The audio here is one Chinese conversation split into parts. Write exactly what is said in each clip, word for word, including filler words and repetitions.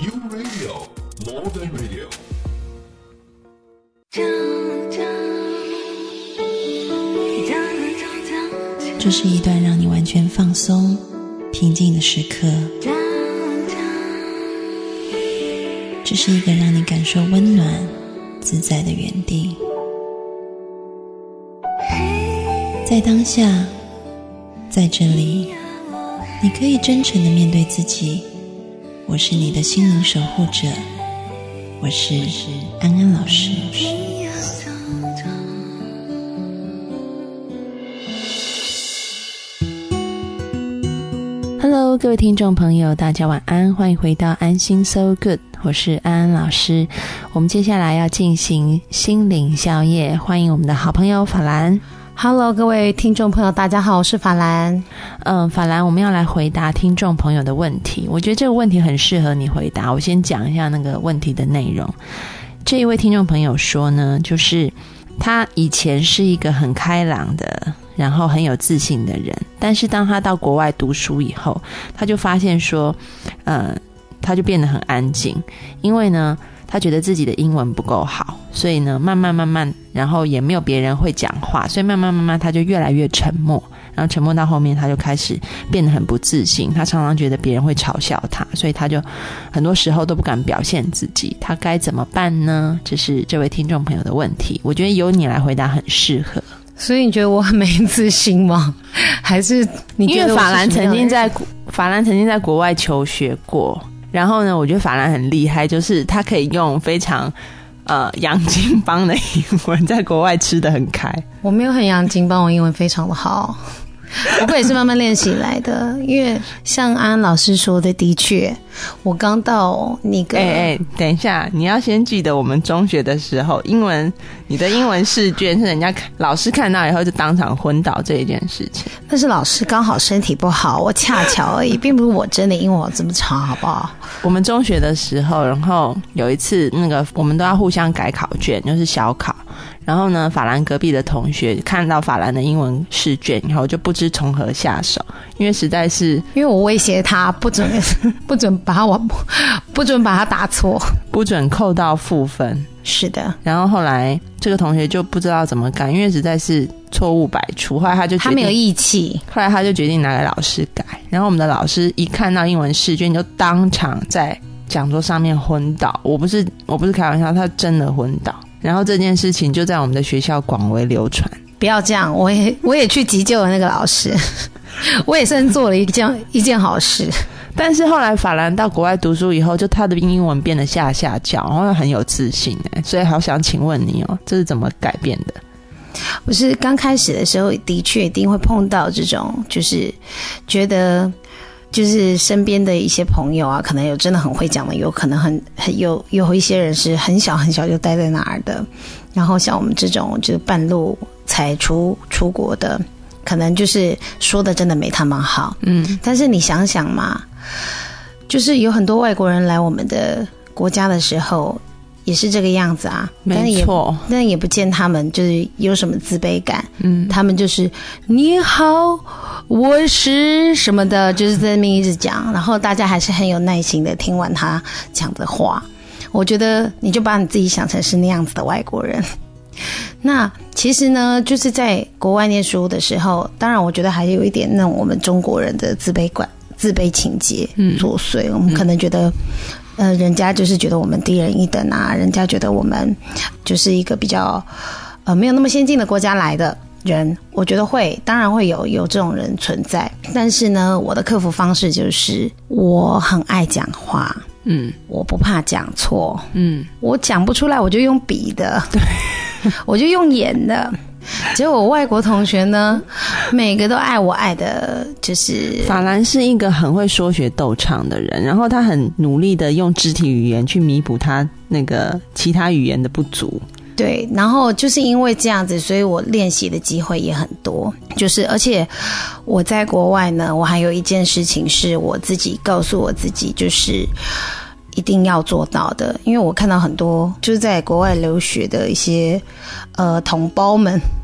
U Radio More Than Radio。 这是一段让你完全放松、平静的时刻。这是一个让你感受温暖、自在的园地。在当下，在这里，你可以真诚地面对自己。我是你的心灵守护者，我是安安老师。Hello， 各位听众朋友，大家晚安，欢迎回到安心 So Good， 我是安安老师。我们接下来要进行心灵宵夜，欢迎我们的好朋友法兰。 Hello， 各位听众朋友，大家好，我是法兰。 嗯，法兰，我们要来回答听众朋友的问题。我觉得这个问题很适合你回答。我先讲一下那个问题的内容。这一位听众朋友说呢，就是他以前是一个很开朗的，然后很有自信的人，但是当他到国外读书以后，他就发现说，呃，他就变得很安静，因为呢，他觉得自己的英文不够好，所以呢，慢慢慢慢，然后也没有别人会讲话，所以慢慢慢慢，他就越来越沉默，然后沉默到后面，他就开始变得很不自信，他常常觉得别人会嘲笑他，所以他就很多时候都不敢表现自己，他该怎么办呢？这是这位听众朋友的问题，我觉得由你来回答很适合。 所以你觉得我很没自信吗？还是你觉得我是什么样的人？ 因为法兰曾经在法兰曾经在国外求学过，然后呢，我觉得法兰很厉害，就是他可以用非常呃洋泾浜的英文在国外吃得很开。 我没有很洋泾浜，我英文非常的好。不过也是慢慢练习来的，因为像安安老师说的，的确，我刚到那个， 哎哎，等一下，你要先记得我们中学的时候，英文你的英文试卷是人家老师看到以后就当场昏倒这一件事情。 但是老师刚好身体不好，我恰巧而已，并不是我真的英文这么差，好不好？ 我们中学的时候，然后有一次那个我们都要互相改考卷，就是小考。然后呢，法兰隔壁的同学看到法兰的英文试卷以后，就不知从何下手，因为实在是因为我威胁他不准不准把他不准把他打错， 不准扣到负分。 是的。 然后后来这个同学就不知道怎么改，因为实在是错误百出，后来他就决定他没有义气， 后来他就决定拿给老师改。然后我们的老师一看到英文试卷，就当场在讲桌上面昏倒。我不是我不是开玩笑，他真的昏倒。然后这件事情就在我们的学校广为流传。 不要这样，我也我也去急救了那个老师，我也算做了一件一件好事。 但是后来法兰到国外读书以后，就他的英文变得下下叫，然后很有自信，所以好想请问你哦，这是怎么改变的？ 不是刚开始的时候，的确一定会碰到这种，就是觉得。就是身边的一些朋友啊，可能有真的很会讲的，有可能很很有有一些人是很小很小就待在那儿的，然后像我们这种就是半路才出出国的，可能就是说的真的没他们好，嗯。但是你想想嘛，就是有很多外国人来我们的国家的时候，也是这个样子啊， 没错， 但也不见他们就是有什么自卑感，嗯，他们就是你好，我是什么的，就是在那边一直讲，然后大家还是很有耐心的听完他讲的话。我觉得你就把你自己想成是那样子的外国人。那其实呢，就是在国外念书的时候，当然我觉得还有一点那种我们中国人的自卑感、自卑情节作祟，嗯，我们可能觉得。呃，人家就是觉得我们低人一等啊，人家觉得我们就是一个比较呃没有那么先进的国家来的人，我觉得会，当然会有有这种人存在。但是呢，我的克服方式就是我很爱讲话，嗯，我不怕讲错，嗯，我讲不出来我就用笔的，对，我就用演的。结果我外国同学呢，每个都爱我爱的，就是法兰是一个很会说学逗唱的人，然后他很努力的用肢体语言去弥补他那个其他语言的不足。 对，然后就是因为这样子，所以我练习的机会也很多。就是而且我在国外呢，我还有一件事情是我自己告诉我自己，就是一定要做到的，因为我看到很多就是在国外留学的一些呃同胞们，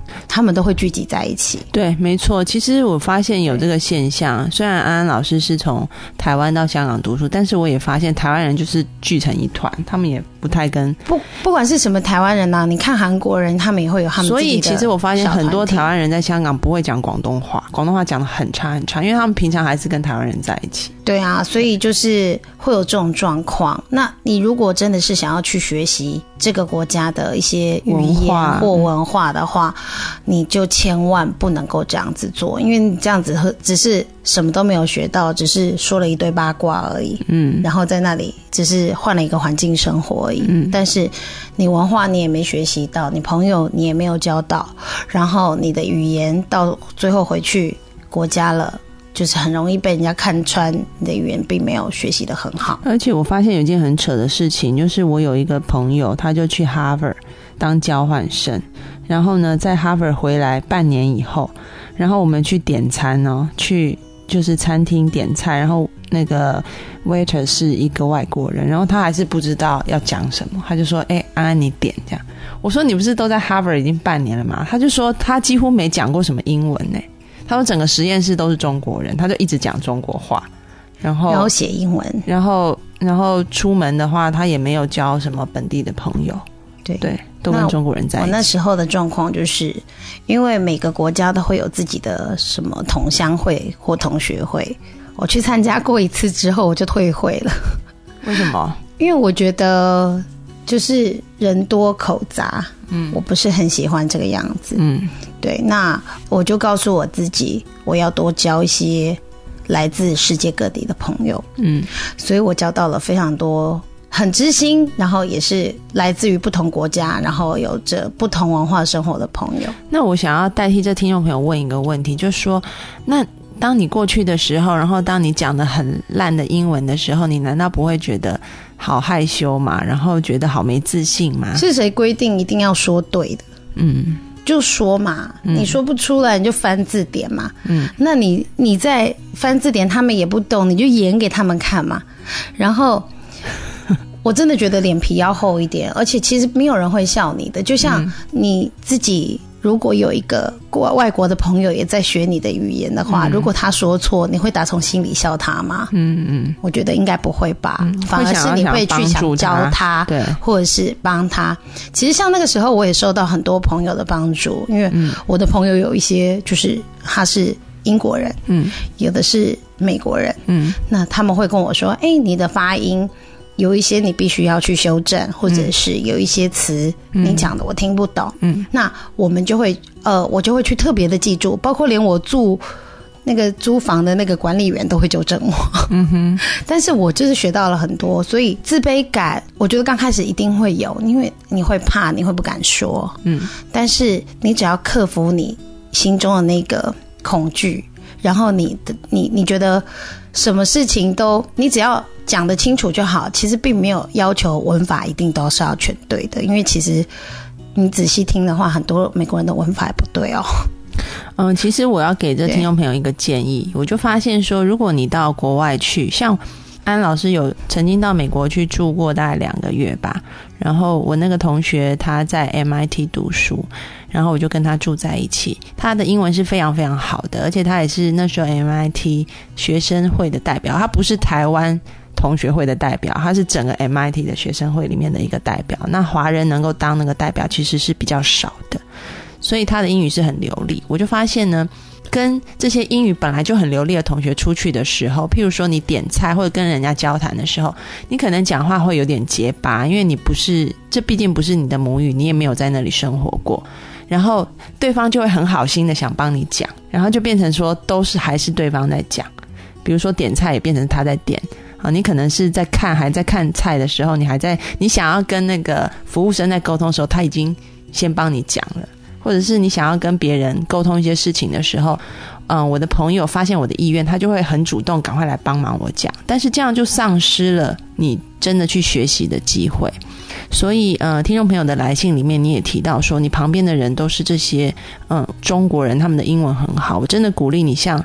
他们都会聚集在一起。 对，没错。其实我发现有这个现象，虽然安安老师是从台湾到香港读书，但是我也发现台湾人就是聚成一团，他们也不太跟不不管是什么台湾人啊，你看韩国人，他们也会有他们自己的。 所以其实我发现很多台湾人在香港不会讲广东话，广东话讲得很差很差，因为他们平常还是跟台湾人在一起。 对啊，所以就是会有这种状况。那你如果真的是想要去学习这个国家的一些语言或文化的话，你就千万不能够这样子做，因为你这样子只是什么都没有学到，只是说了一堆八卦而已。嗯，然后在那里只是换了一个环境生活而已。嗯，但是你文化你也没学习到，你朋友你也没有交到，然后你的语言到最后回去国家了，就是很容易被人家看穿你的语言并没有学习得很好。 而且我发现有一件很扯的事情，就是我有一个朋友，他就去 Harvard 当交换生，然后呢在 Harvard 回来半年以后，然后我们去点餐哦，去就是餐厅点菜，然后那个 waiter 是一个外国人，然后他还是不知道要讲什么，他就说哎、欸，安安你点这样。我说你不是都在 Harvard 已经半年了吗？他就说他几乎没讲过什么英文耶，他说整个实验室都是中国人，他就一直讲中国话，然后然后写英文， 然后然后出门的话他也没有交什么本地的朋友。 对对， 都跟中国人在一起。 我那时候的状况就是，因为每个国家都会有自己的什么同乡会或同学会，我去参加过一次之后，我就退会了。 为什么？ 因为我觉得就是人多口杂，嗯，我不是很喜欢这个样子，嗯，对，那我就告诉我自己，我要多交一些来自世界各地的朋友，嗯，所以我交到了非常多很知心，然后也是来自于不同国家，然后有着不同文化生活的朋友。 那我想要代替这听众朋友问一个问题，就是说，那当你过去的时候，然后当你讲的很烂的英文的时候，你难道不会觉得好害羞吗？然后觉得好没自信吗？ 是谁规定一定要说对的？嗯，就说嘛，你说不出来你就翻字典嘛。嗯，那你你在翻字典，他们也不懂，你就演给他们看嘛。然后我真的觉得脸皮要厚一点，而且其实没有人会笑你的。就像你自己，如果有一个国外国的朋友也在学你的语言的话，嗯、如果他说错，你会打从心里笑他吗？嗯嗯，我觉得应该不会吧，嗯、反而是你会去想教他，对，或者是帮他。其实像那个时候，我也受到很多朋友的帮助，因为我的朋友有一些就是他是英国人，嗯，有的是美国人，嗯，那他们会跟我说，哎，你的发音有一些你必须要去修正，或者是有一些词你讲的我听不懂，嗯，那我们就会呃，我就会去特别的记住，包括连我住那个租房的那个管理员都会纠正我，嗯哼，但是我就是学到了很多，所以自卑感我觉得刚开始一定会有，因为你会怕，你会不敢说，嗯，但是你只要克服你心中的那个恐惧，然后你的你你觉得什么事情都你只要讲得清楚就好，其实并没有要求文法一定都是要全对的，因为其实你仔细听的话，很多美国人的文法也不对哦。 嗯，其实我要给这听众朋友一个建议，我就发现说，如果你到国外去，像安老师有曾经到美国去住过大概两个月吧，然后我那个同学他在 M I T 读书，然后我就跟他住在一起，他的英文是非常非常好的，而且他也是那时候 M I T 学生会的代表，他不是台湾同学会的代表，他是整个 M I T 的学生会里面的一个代表，那华人能够当那个代表其实是比较少的，所以他的英语是很流利。我就发现呢，跟这些英语本来就很流利的同学出去的时候，譬如说你点菜或者跟人家交谈的时候，你可能讲话会有点结巴，因为你不是，这毕竟不是你的母语，你也没有在那里生活过，然后对方就会很好心的想帮你讲，然后就变成说都是还是对方在讲，比如说点菜也变成他在点啊，你可能是在看还在看菜的时候，你还在你想要跟那个服务生在沟通的时候，他已经先帮你讲了，或者是你想要跟别人沟通一些事情的时候，嗯，我的朋友发现我的意愿，他就会很主动赶快来帮忙我讲，但是这样就丧失了你真的去学习的机会。所以呃，听众朋友的来信里面你也提到说，你旁边的人都是这些嗯中国人，他们的英文很好，我真的鼓励你像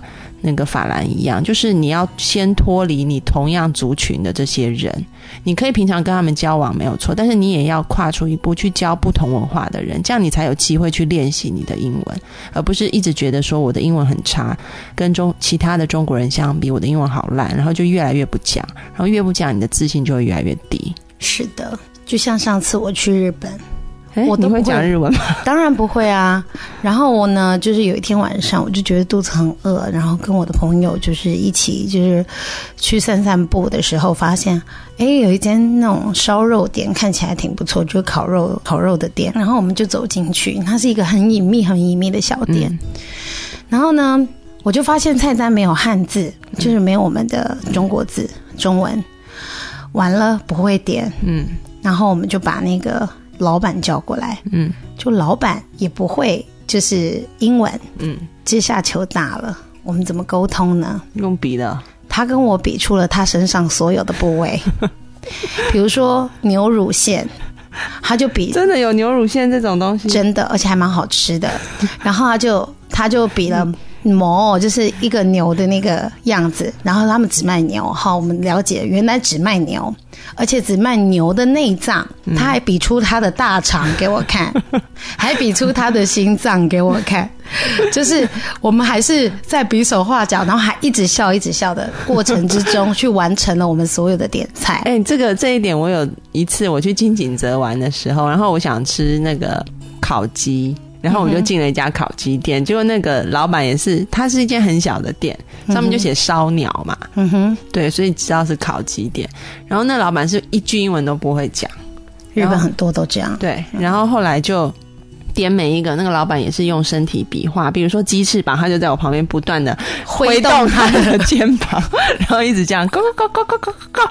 那个法兰一样，就是你要先脱离你同样族群的这些人，你可以平常跟他们交往没有错，但是你也要跨出一步去交不同文化的人，这样你才有机会去练习你的英文，而不是一直觉得说我的英文很差，跟中其他的中国人相比我的英文好烂，然后就越来越不讲，然后越不讲你的自信就会越来越低。 是的，就像上次我去日本， 我都 会, 你会讲日文吗？ 当然不会啊。然后我呢，就是有一天晚上，我就觉得肚子很饿，然后跟我的朋友就是一起就是去散散步的时候，发现哎，有一间那种烧肉店，看起来挺不错，就是烤肉烤肉的店。然后我们就走进去，它是一个很隐秘很隐秘的小店。嗯、然后呢，我就发现菜单没有汉字，就是没有我们的中国字中文。完了不会点，嗯，然后我们就把那个老板叫过来，嗯，就老板也不会就是英文，嗯，这下球大了，我们怎么沟通呢？ 用比的， 他跟我比出了他身上所有的部位，比如说牛乳腺，他就比真的有牛乳腺这种东西， 真的，而且还蛮好吃的，然后他就他就比了。牛就是一个牛的那个样子，然后他们只卖牛。好，我们了解，原来只卖牛，而且只卖牛的内脏。他还比出他的大肠给我看，还比出他的心脏给我看，就是我们还是在比手画脚，然后还一直笑一直笑的过程之中，去完成了我们所有的点菜。 哎、欸，这个这一点，我有一次我去金井泽玩的时候，然后我想吃那个烤鸡。然后我就进了一家烤鸡店，结果那个老板也是，他是一间很小的店，上面就写烧鸟嘛，嗯哼，对，所以知道是烤鸡店。然后那老板是一句英文都不会讲， 日本很多都这样。 对，然后后来就点每一个，那个老板也是用身体比划，比如说鸡翅膀，他就在我旁边不断的挥动他的肩膀，然后一直这样，go go go go go go。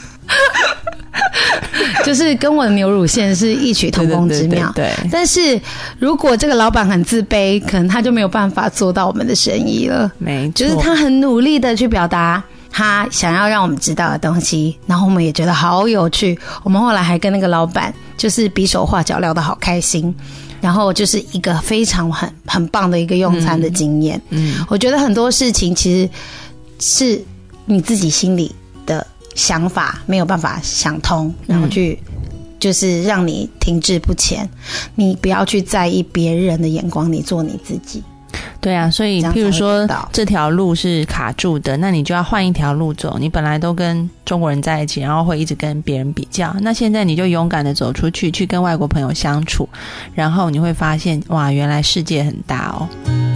就是跟我的牛乳腺是异曲同工之妙， 对, 对, 对, 对。 但是如果这个老板很自卑，可能他就没有办法做到我们的生意了。 没错， 就是他很努力的去表达他想要让我们知道的东西，然后我们也觉得好有趣。我们后来还跟那个老板就是比手画脚聊得好开心，然后就是一个非常很很棒的一个用餐的经验。嗯，嗯我觉得很多事情其实是你自己心里的想法没有办法想通，然后去就是让你停滞不前。你不要去在意别人的眼光，你做你自己。 对啊，所以譬如说这条路是卡住的，那你就要换一条路走。你本来都跟中国人在一起，然后会一直跟别人比较，那现在你就勇敢的走出去，去跟外国朋友相处，然后你会发现，哇，原来世界很大哦。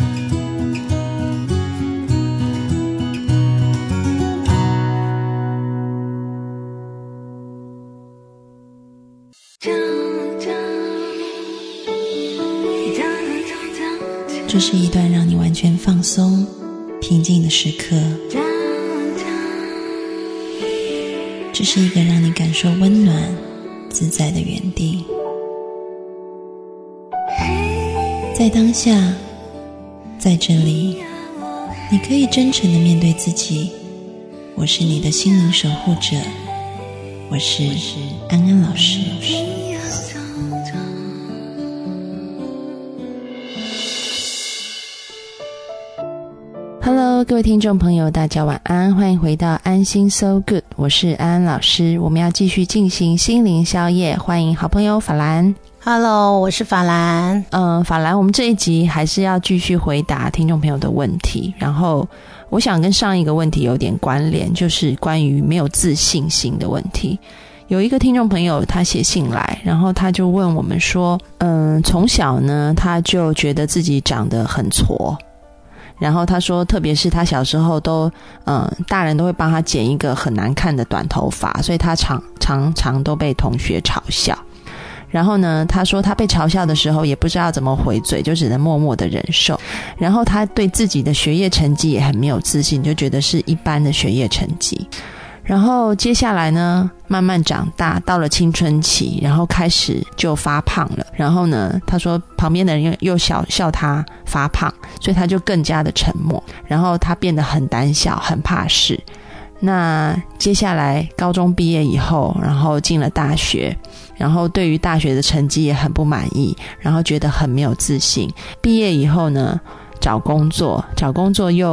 这是一段让你完全放松、平静的时刻。这是一个让你感受温暖、自在的园地。在当下，在这里，你可以真诚地面对自己。我是你的心灵守护者，我是安安老师。 Hello， 各位听众朋友，大家晚安，欢迎回到安心 So Good， 我是安安老师。我们要继续进行心灵宵夜，欢迎好朋友法兰。 Hello， 我是法兰。 嗯，法兰，我们这一集还是要继续回答听众朋友的问题，然后我想跟上一个问题有点关联，就是关于没有自信心的问题。有一个听众朋友他写信来，然后他就问我们说，嗯，从小呢他就觉得自己长得很矬。然后他说，特别是他小时候都，嗯，大人都会帮他剪一个很难看的短头发，所以他常常常都被同学嘲笑。然后呢，他说他被嘲笑的时候也不知道怎么回嘴，就只能默默的忍受。然后他对自己的学业成绩也很没有自信，就觉得是一般的学业成绩。然后接下来呢，慢慢长大，到了青春期，然后开始就发胖了。然后呢，他说旁边的人又笑笑他发胖，所以他就更加的沉默。然后他变得很胆小，很怕事。那接下来高中毕业以后，然后进了大学，然后对于大学的成绩也很不满意，然后觉得很没有自信。毕业以后呢，找工作，找工作又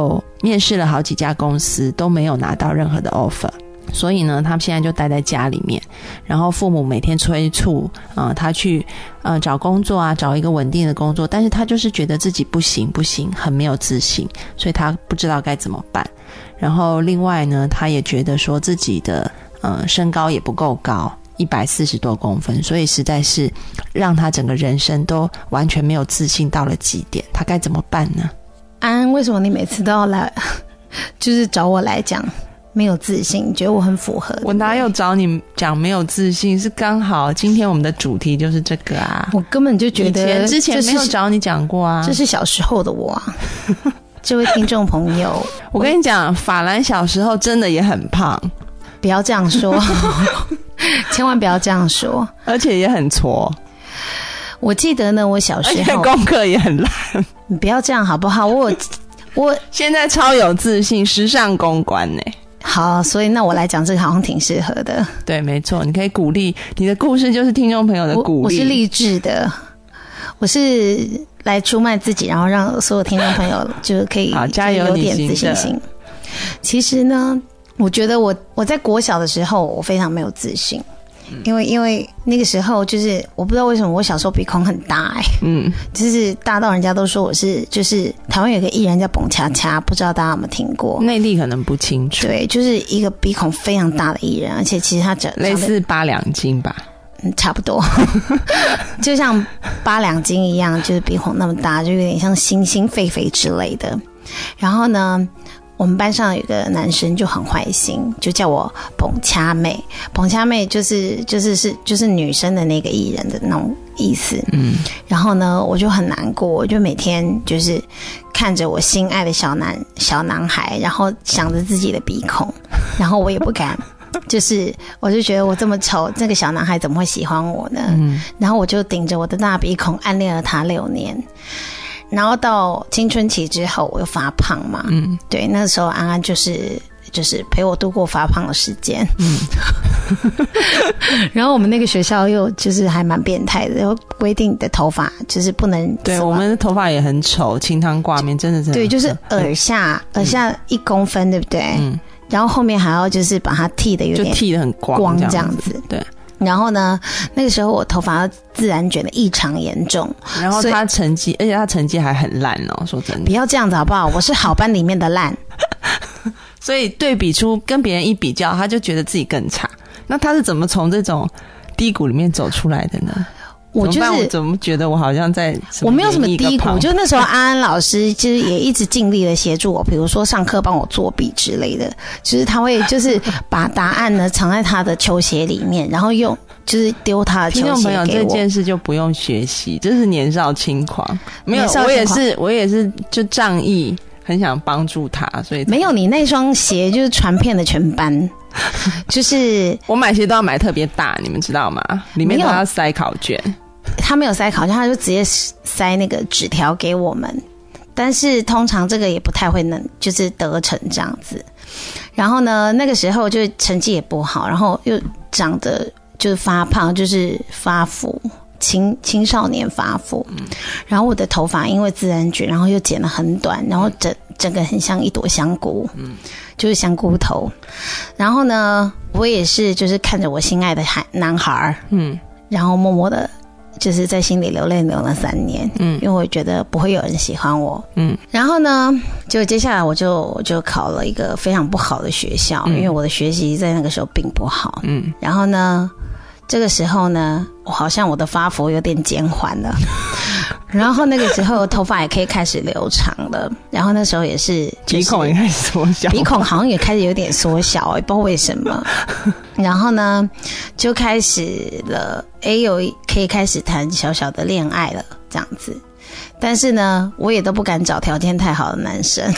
面试了好几家公司都没有拿到任何的 offer，所以呢，他现在就待在家里面，然后父母每天催促啊、呃，他去呃找工作啊，找一个稳定的工作，但是他就是觉得自己不行不行，很没有自信，所以他不知道该怎么办。然后另外呢，他也觉得说自己的呃身高也不够高，一百四十多公分，所以实在是让他整个人生都完全没有自信到了极点，他该怎么办呢？ 安安，为什么你每次都要来，就是找我来讲没有自信？你觉得我很符合？ 我哪有找你讲没有自信？是刚好今天我们的主题就是这个啊。 我根本就觉得以前之前没有找你讲过啊， 这是小时候的我啊。这位听众朋友， 我跟你讲，法兰小时候真的也很胖， 不要这样说，千万不要这样说， 而且也很矬。 我记得呢，我小时候而且功课也很烂。 你不要这样好不好？我我现在超有自信，时尚公关呢、欸。 好，所以那我来讲这个好像挺适合的。 对，没错，你可以鼓励你的故事，就是听众朋友的鼓励。 我, 我是励志的，我是来出卖自己，然后让所有听众朋友就可以好加油， 有点自信心。其实呢，我觉得我我在国小的时候，我非常没有自信。因为因为那个时候就是我不知道为什么我小时候鼻孔很大哎、欸，嗯，就是大到人家都说我是就是台湾有个艺人叫蹦恰恰，不知道大家有没有听过？ 内地可能不清楚。 对，就是一个鼻孔非常大的艺人，而且其实他整类似八两金吧， 嗯，差不多，就像八两金一样，就是鼻孔那么大，就有点像猩猩、狒狒之类的。然后呢？我们班上有一个男生就很坏心，就叫我蹦恰妹。蹦恰妹就是就是是就是女生的那个艺人的那种意思。嗯，然后呢，我就很难过，我就每天就是看着我心爱的小男小男孩，然后想着自己的鼻孔，然后我也不敢。就是我就觉得我这么丑，这个小男孩怎么会喜欢我呢？嗯，然后我就顶着我的大鼻孔暗恋了他六年。然后到青春期之后，我又发胖嘛，嗯，对，那时候安安就是就是陪我度过发胖的时间，嗯，然后我们那个学校又就是还蛮变态的，又规定你的头发就是不能， 对，我们的头发也很丑，清汤挂面，真的是对，就是耳下、嗯、耳下一公分，对不对？嗯，然后后面还要就是把它剃的有点就剃得很光光这样子， 对。 然后呢，那个时候我头发自然卷的异常严重， 然后他成绩，而且他成绩还很烂哦，说真的。 不要这样子好不好？我是好班里面的烂， 所以对比出跟别人一比较，他就觉得自己更差。那他是怎么从这种低谷里面走出来的呢？ 我就是我怎么觉得我好像在我没有什么低谷，就那时候安安老师就是也一直尽力的协助我，比如说上课帮我作弊之类的，就是他会就是把答案呢藏在他的球鞋里面，然后用就是丢他的球鞋给我。听众朋友， 这件事就不用学习，这是年少轻狂。没有，我也是我也是就仗义，很想帮助他，所以没有你那双鞋就是传遍了全班。就是我买鞋都要买特别大，你们知道吗？里面都要塞考卷。 他没有塞考卷，他就直接塞那个纸条给我们。但是通常这个也不太会能就是得逞这样子。然后呢，那个时候就成绩也不好，然后又长得就是发胖，就是发福，青青少年发福。然后我的头发因为自然卷，然后又剪得很短，然后整整个很像一朵香菇，就是香菇头。然后呢，我也是就是看着我心爱的男孩，嗯，然后默默的。就是在心里流泪流了三年，嗯，因为我觉得不会有人喜欢我，嗯，然后呢，就接下来我就我就考了一个非常不好的学校，嗯，因为我的学习在那个时候并不好，嗯，然后呢，这个时候呢，我好像我的发福有点减缓了，然后那个时候头发也可以开始留长了，然后那时候也是、就是、 鼻孔也开始缩小， 鼻孔好像也开始有点缩小，也不知道为什么。然后呢，就开始了，哎，有可以开始谈小小的恋爱了，这样子。但是呢，我也都不敢找条件太好的男生，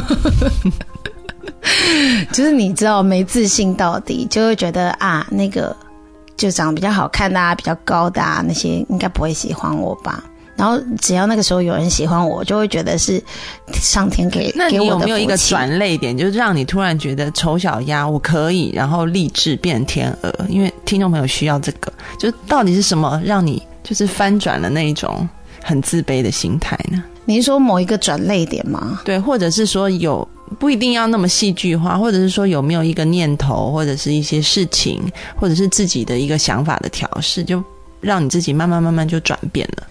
就是你知道没自信到底，就会觉得啊，那个就长得比较好看的啊，比较高的啊，那些应该不会喜欢我吧。然后只要那个时候有人喜欢我，就会觉得是上天给给我的福气。那你有没有一个转捩点，就是让你突然觉得丑小鸭我可以，然后立志变天鹅？因为听众朋友需要这个，就是到底是什么让你就是翻转了那一种很自卑的心态呢？ 你是说某一个转捩点吗？ 对，或者是说有不一定要那么戏剧化，或者是说有没有一个念头，或者是一些事情，或者是自己的一个想法的调试，就让你自己慢慢慢慢就转变了。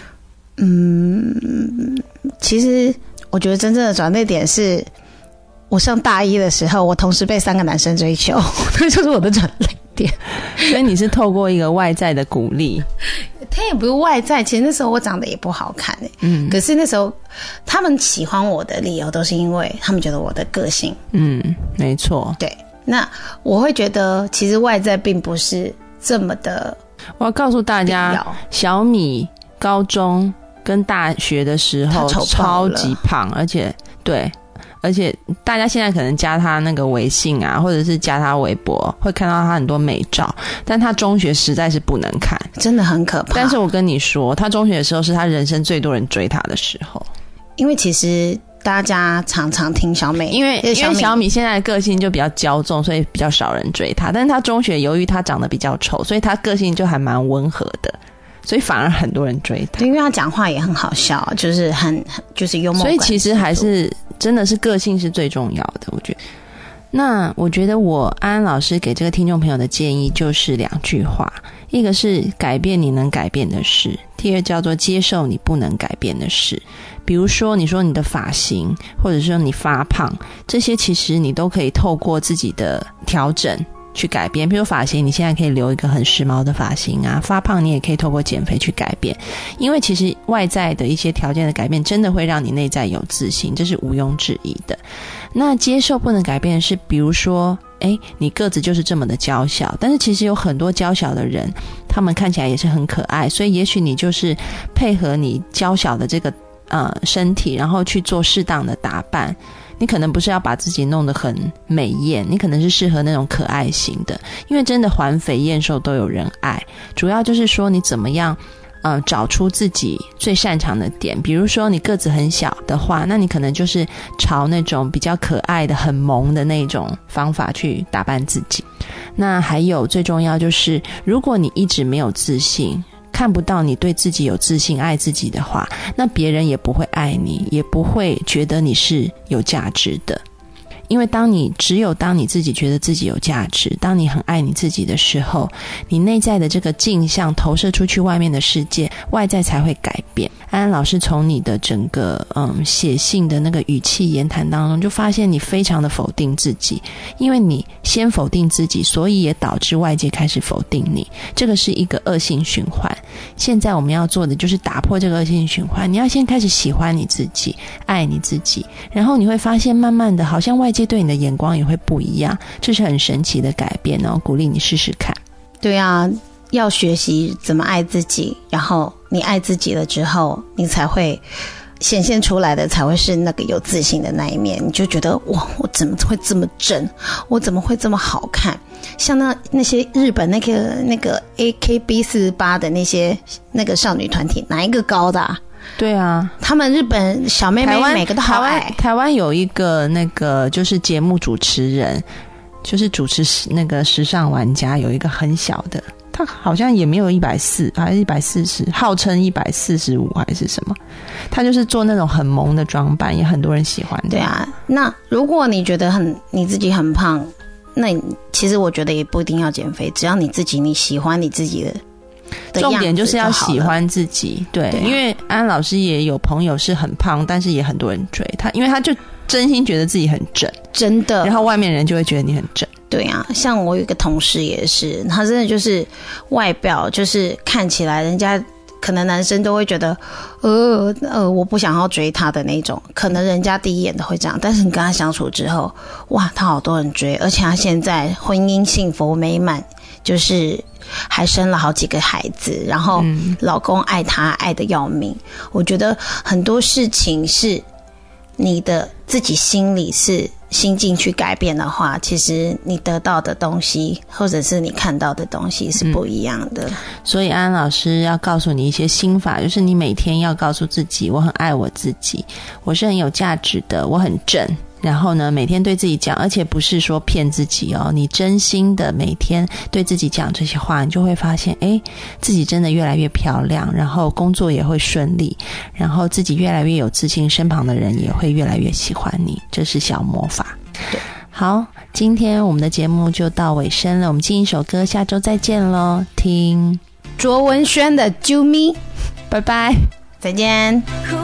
嗯，其实我觉得真正的转捩点是我上大一的时候，我同时被三个男生追求，那就是我的转捩点。 所以你是透过一个外在的鼓励， 他也不是外在，其实那时候我长得也不好看、欸、嗯，可是那时候他们喜欢我的理由都是因为他们觉得我的个性， 嗯，没错， 对。那我会觉得其实外在并不是这么的。 我要告诉大家，小米高中跟大学的时候超级胖，而且对。而且大家现在可能加他那个微信啊，或者是加他微博，会看到他很多美照，但他中学实在是不能看， 真的很可怕。 但是我跟你说，他中学的时候是他人生最多人追他的时候， 因为其实大家常常听小美， 因为因为小米, 因为小米现在的个性就比较骄纵，所以比较少人追他。但是他中学由于他长得比较丑，所以他个性就还蛮温和的，所以反而很多人追他。 因为他讲话也很好笑，就是很就是幽默感。 所以其实还是真的是个性是最重要的，我觉得。那我觉得我安安老师给这个听众朋友的建议就是两句话，一个是改变你能改变的事，第二叫做接受你不能改变的事。比如说你说你的发型，或者说你发胖，这些其实你都可以透过自己的调整去改变。比如发型，你现在可以留一个很时髦的发型啊，发胖你也可以透过减肥去改变。因为其实外在的一些条件的改变真的会让你内在有自信，这是毋庸置疑的。那接受不能改变的是，比如说诶你个子就是这么的娇小，但是其实有很多娇小的人，他们看起来也是很可爱，所以也许你就是配合你娇小的这个呃身体，然后去做适当的打扮。你可能不是要把自己弄得很美艳，你可能是适合那种可爱型的，因为真的环肥燕瘦都有人爱，主要就是说你怎么样呃，找出自己最擅长的点。比如说你个子很小的话，那你可能就是朝那种比较可爱的很萌的那种方法去打扮自己。那还有最重要就是，如果你一直没有自信，看不到你对自己有自信爱自己的话，那别人也不会爱你，也不会觉得你是有价值的。因为当你只有当你自己觉得自己有价值，当你很爱你自己的时候，你内在的这个镜像投射出去外面的世界，外在才会改变。安安老师从你的整个嗯写信的那个语气言谈当中，就发现你非常的否定自己，因为你先否定自己，所以也导致外界开始否定你，这个是一个恶性循环。现在我们要做的就是打破这个恶性循环，你要先开始喜欢你自己，爱你自己，然后你会发现慢慢的好像外界对你的眼光也会不一样，这是很神奇的改变哦，鼓励你试试看。 对啊，要学习怎么爱自己，然后你爱自己了之后，你才会显现出来的才会是那个有自信的那一面。你就觉得哇，我怎么会这么正，我怎么会这么好看。像那那些日本那个那个 A K B 四十八 的那些那个少女团体，哪一个高的啊？ 对啊， 他们日本小妹妹每个都好矮。 台湾有一个那个就是节目主持人，就是主持那个时尚玩家，有一个很小的，他好像也没有一百四还是一百四十，号称一百四十五还是什么，他就是做那种很萌的装扮，也很多人喜欢的。 对啊，那如果你觉得很你自己很胖，那你其实我觉得也不一定要减肥，只要你自己你喜欢你自己的的重点就是要喜欢自己。 对, 对、啊、因为安安老师也有朋友是很胖，但是也很多人追他，因为他就真心觉得自己很正， 真的， 然后外面人就会觉得你很正。 对啊，像我有一个同事也是，他真的就是外表就是看起来人家可能男生都会觉得呃呃我不想要追他的那种，可能人家第一眼都会这样，但是你跟他相处之后，哇，他好多人追，而且他现在婚姻幸福美满，就是还生了好几个孩子，然后老公爱她爱得要命。我觉得很多事情是你的自己心里是心境去改变的话，其实你得到的东西或者是你看到的东西是不一样的、嗯、 所以安安老师要告诉你一些心法，就是你每天要告诉自己，我很爱我自己，我是很有价值的，我很正， 然后呢每天对自己讲，而且不是说骗自己哦，你真心的每天对自己讲这些话，你就会发现诶自己真的越来越漂亮，然后工作也会顺利，然后自己越来越有自信，身旁的人也会越来越喜欢你，这是小魔法。 对， 好，今天我们的节目就到尾声了，我们进一首歌，下周再见咯，听卓文萱的啾咪， 拜拜， 再见。